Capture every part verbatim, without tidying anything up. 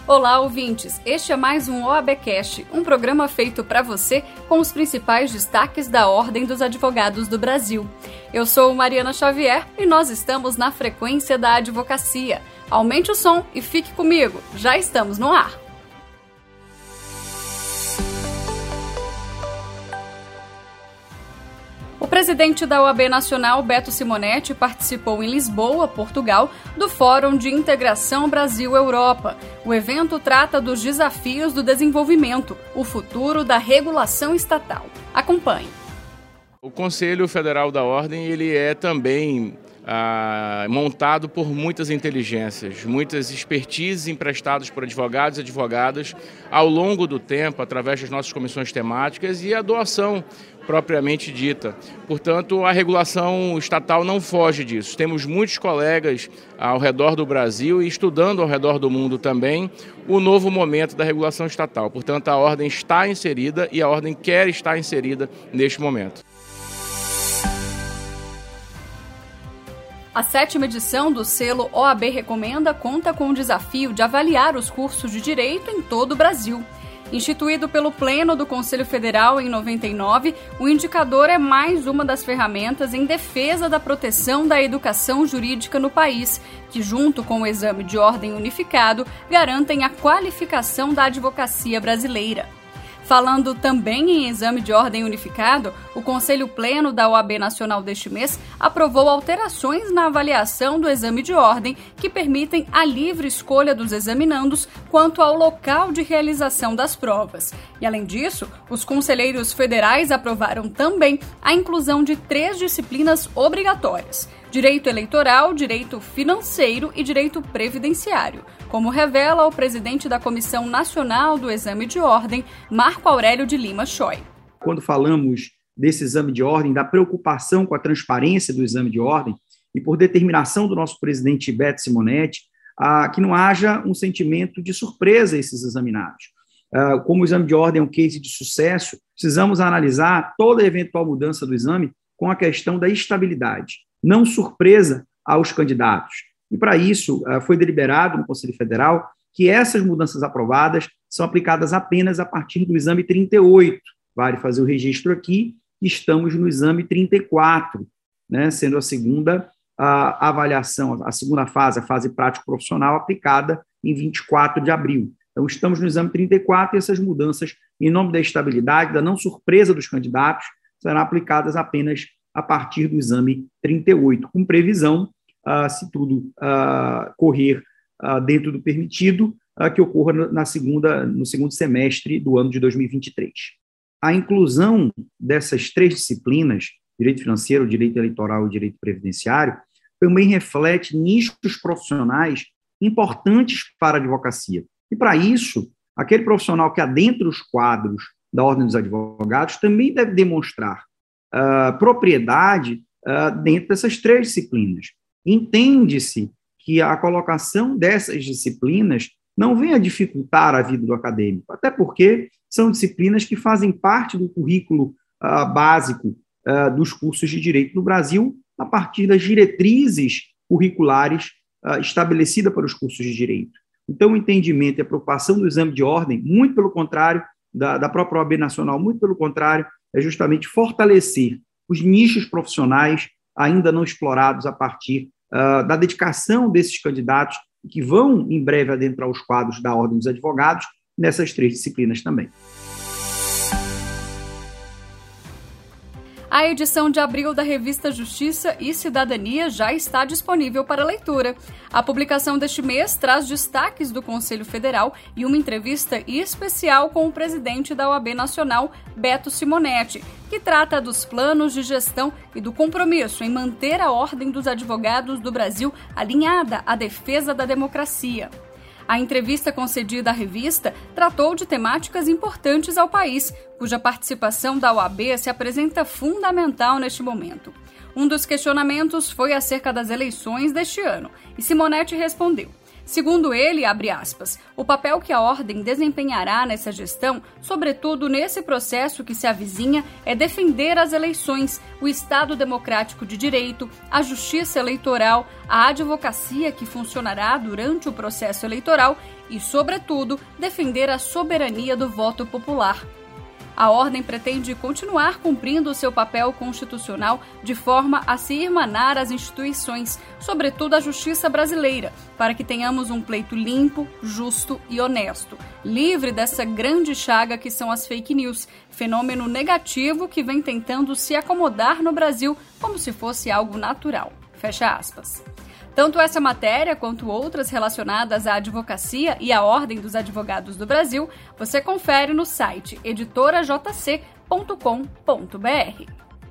Olá, ouvintes! Este é mais um OABcast, um programa feito para você com os principais destaques da Ordem dos Advogados do Brasil. Eu sou Mariana Xavier e nós estamos na frequência da advocacia. Aumente o som e fique comigo, já estamos no ar! O presidente da O A B Nacional, Beto Simonetti, participou em Lisboa, Portugal, do Fórum de Integração Brasil-Europa. O evento trata dos desafios do desenvolvimento, o futuro da regulação estatal. Acompanhe. O Conselho Federal da Ordem ele é também ah, montado por muitas inteligências, muitas expertises emprestadas por advogados e advogadas ao longo do tempo, através das nossas comissões temáticas e a doação propriamente dita. Portanto, a regulação estatal não foge disso. Temos muitos colegas ao redor do Brasil e estudando ao redor do mundo também o novo momento da regulação estatal. Portanto, a ordem está inserida e a ordem quer estar inserida neste momento. A sétima edição do selo O A B Recomenda conta com o desafio de avaliar os cursos de direito em todo o Brasil. Instituído pelo Pleno do Conselho Federal em noventa e nove, o indicador é mais uma das ferramentas em defesa da proteção da educação jurídica no país, que, junto com o Exame de Ordem Unificado, garantem a qualificação da advocacia brasileira. Falando também em Exame de Ordem Unificado, o Conselho Pleno da O A B Nacional deste mês aprovou alterações na avaliação do exame de ordem que permitem a livre escolha dos examinandos quanto ao local de realização das provas. E, além disso, os conselheiros federais aprovaram também a inclusão de três disciplinas obrigatórias: Direito Eleitoral, Direito Financeiro e Direito Previdenciário, como revela o presidente da Comissão Nacional do Exame de Ordem, Marco Aurélio de Lima Choi. Quando falamos desse exame de ordem, da preocupação com a transparência do exame de ordem e por determinação do nosso presidente Beto Simonetti, ah, que não haja um sentimento de surpresa a esses examinados. Ah, como o exame de ordem é um case de sucesso, precisamos analisar toda eventual mudança do exame com a questão da estabilidade, não surpresa aos candidatos. E, para isso, foi deliberado no Conselho Federal que essas mudanças aprovadas são aplicadas apenas a partir do exame trinta e oito. Vale fazer o registro aqui, estamos no exame trinta e quatro, né, sendo a segunda a avaliação, a segunda fase, a fase prático-profissional, aplicada em vinte e quatro de abril. Então, estamos no exame trinta e quatro e essas mudanças, em nome da estabilidade, da não surpresa dos candidatos, serão aplicadas apenas a partir do exame trinta e oito, com previsão, uh, se tudo uh, correr uh, dentro do permitido, uh, que ocorra na segunda, no segundo semestre do ano de dois mil e vinte e três. A inclusão dessas três disciplinas, direito financeiro, direito eleitoral e direito previdenciário, também reflete nichos profissionais importantes para a advocacia. E, para isso, aquele profissional que adentra os quadros da Ordem dos Advogados também deve demonstrar Uh, propriedade uh, dentro dessas três disciplinas. Entende-se que a colocação dessas disciplinas não vem a dificultar a vida do acadêmico, até porque são disciplinas que fazem parte do currículo uh, básico uh, dos cursos de direito no Brasil, a partir das diretrizes curriculares uh, estabelecidas para os cursos de direito. Então, o entendimento e a preocupação do exame de ordem, muito pelo contrário, da, da própria O A B Nacional, muito pelo contrário, é justamente fortalecer os nichos profissionais ainda não explorados a partir uh, da dedicação desses candidatos que vão, em breve, adentrar os quadros da Ordem dos Advogados nessas três disciplinas também. A edição de abril da revista Justiça e Cidadania já está disponível para leitura. A publicação deste mês traz destaques do Conselho Federal e uma entrevista especial com o presidente da O A B Nacional, Beto Simonetti, que trata dos planos de gestão e do compromisso em manter a Ordem dos Advogados do Brasil alinhada à defesa da democracia. A entrevista concedida à revista tratou de temáticas importantes ao país, cuja participação da O A B se apresenta fundamental neste momento. Um dos questionamentos foi acerca das eleições deste ano, e Simonetti respondeu: Segundo ele, abre aspas, o papel que a Ordem desempenhará nessa gestão, sobretudo nesse processo que se avizinha, é defender as eleições, o Estado democrático de direito, a justiça eleitoral, a advocacia que funcionará durante o processo eleitoral e, sobretudo, defender a soberania do voto popular. A Ordem pretende continuar cumprindo o seu papel constitucional de forma a se irmanar às instituições, sobretudo a justiça brasileira, para que tenhamos um pleito limpo, justo e honesto, livre dessa grande chaga que são as fake news, fenômeno negativo que vem tentando se acomodar no Brasil como se fosse algo natural. Fecha aspas. Tanto essa matéria quanto outras relacionadas à advocacia e à Ordem dos Advogados do Brasil, você confere no site editora j c ponto com ponto b r.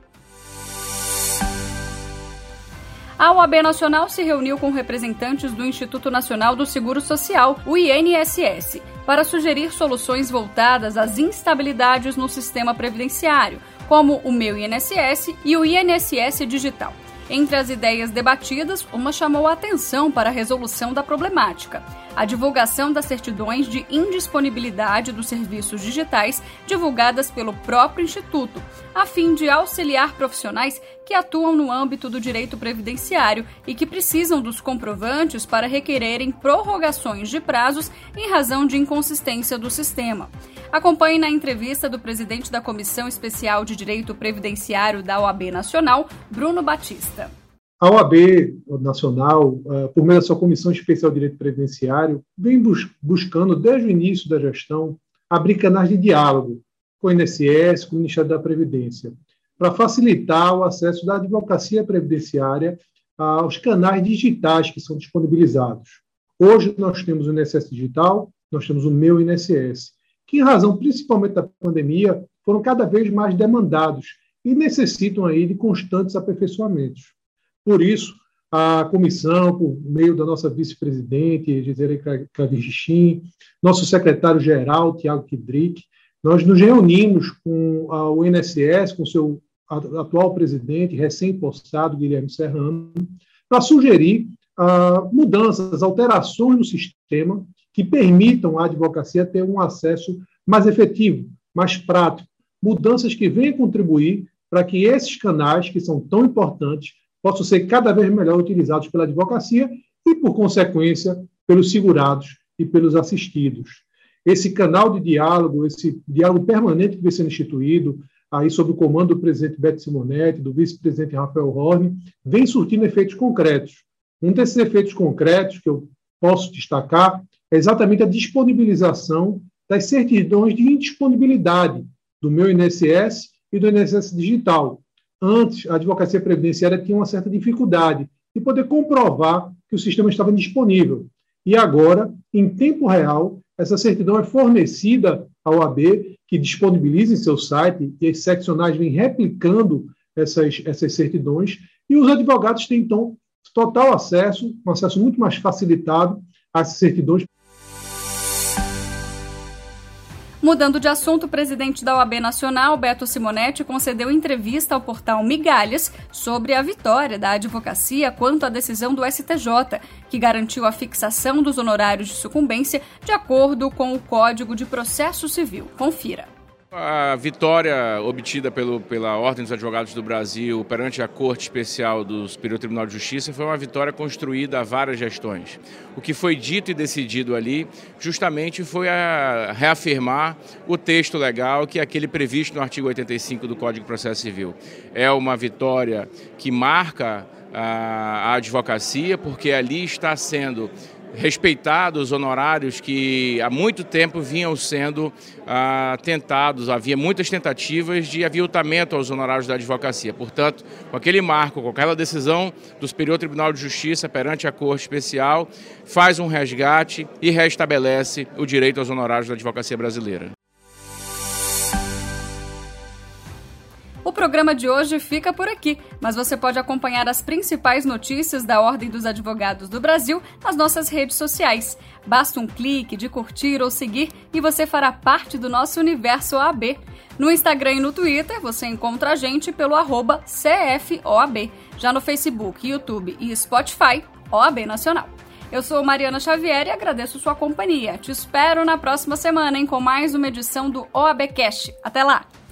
A O A B Nacional se reuniu com representantes do Instituto Nacional do Seguro Social, o I N S S, para sugerir soluções voltadas às instabilidades no sistema previdenciário, como o Meu I N S S e o I N S S Digital. Entre as ideias debatidas, uma chamou a atenção para a resolução da problemática: a divulgação das certidões de indisponibilidade dos serviços digitais divulgadas pelo próprio Instituto, a fim de auxiliar profissionais que atuam no âmbito do direito previdenciário e que precisam dos comprovantes para requererem prorrogações de prazos em razão de inconsistência do sistema. Acompanhe na entrevista do presidente da Comissão Especial de Direito Previdenciário da O A B Nacional, Bruno Batista. A O A B Nacional, por meio da sua Comissão Especial de Direito Previdenciário, vem bus- buscando, desde o início da gestão, abrir canais de diálogo com o I N S S, com o Ministério da Previdência, para facilitar o acesso da advocacia previdenciária aos canais digitais que são disponibilizados. Hoje nós temos o I N S S Digital, nós temos o Meu I N S S, que, em razão principalmente da pandemia, foram cada vez mais demandados e necessitam aí de constantes aperfeiçoamentos. Por isso, a comissão, por meio da nonossa vice-presidente, Gisele Cavichin, nosso secretário-geral, Tiago Kidrick, nós nos reunimos com o I N S S, com o seu atual presidente, recém-postado, Guilherme Serrano, para sugerir uh, mudanças, alterações no sistema que permitam à advocacia ter um acesso mais efetivo, mais prático, mudanças que venham contribuir para que esses canais, que são tão importantes, possam ser cada vez melhor utilizados pela advocacia e, por consequência, pelos segurados e pelos assistidos. Esse canal de diálogo, esse diálogo permanente que vem sendo instituído, aí sob o comando do presidente Beto Simonetti, do vice-presidente Rafael Horne, vem surtindo efeitos concretos. Um desses efeitos concretos que eu posso destacar é exatamente a disponibilização das certidões de indisponibilidade do Meu I N S S e do I N S S Digital. Antes, a advocacia previdenciária tinha uma certa dificuldade de poder comprovar que o sistema estava indisponível. E agora, em tempo real, essa certidão é fornecida à O A B, que disponibiliza em seu site, e as seccionais vêm replicando essas, essas certidões, e os advogados têm, então, total acesso, um acesso muito mais facilitado a essas certidões. Mudando de assunto, o presidente da O A B Nacional, Beto Simonetti, concedeu entrevista ao portal Migalhas sobre a vitória da advocacia quanto à decisão do S T J, que garantiu a fixação dos honorários de sucumbência de acordo com o Código de Processo Civil. Confira. A vitória obtida pelo, pela Ordem dos Advogados do Brasil perante a Corte Especial do Superior Tribunal de Justiça foi uma vitória construída a várias gestões. O que foi dito e decidido ali justamente foi a reafirmar o texto legal, que é aquele previsto no artigo oitenta e cinco do Código de Processo Civil. É uma vitória que marca a, a advocacia, porque ali está sendo respeitados os honorários que há muito tempo vinham sendo ah, tentados, havia muitas tentativas de aviltamento aos honorários da advocacia. Portanto, com aquele marco, com aquela decisão do Superior Tribunal de Justiça perante a Corte Especial, faz um resgate e restabelece o direito aos honorários da advocacia brasileira. O programa de hoje fica por aqui, mas você pode acompanhar as principais notícias da Ordem dos Advogados do Brasil nas nossas redes sociais. Basta um clique de curtir ou seguir e você fará parte do nosso universo O A B. No Instagram e no Twitter você encontra a gente pelo arroba C F O A B. Já no Facebook, YouTube e Spotify, O A B Nacional. Eu sou Mariana Xavier e agradeço sua companhia. Te espero na próxima semana, hein, com mais uma edição do OABcast. Até lá!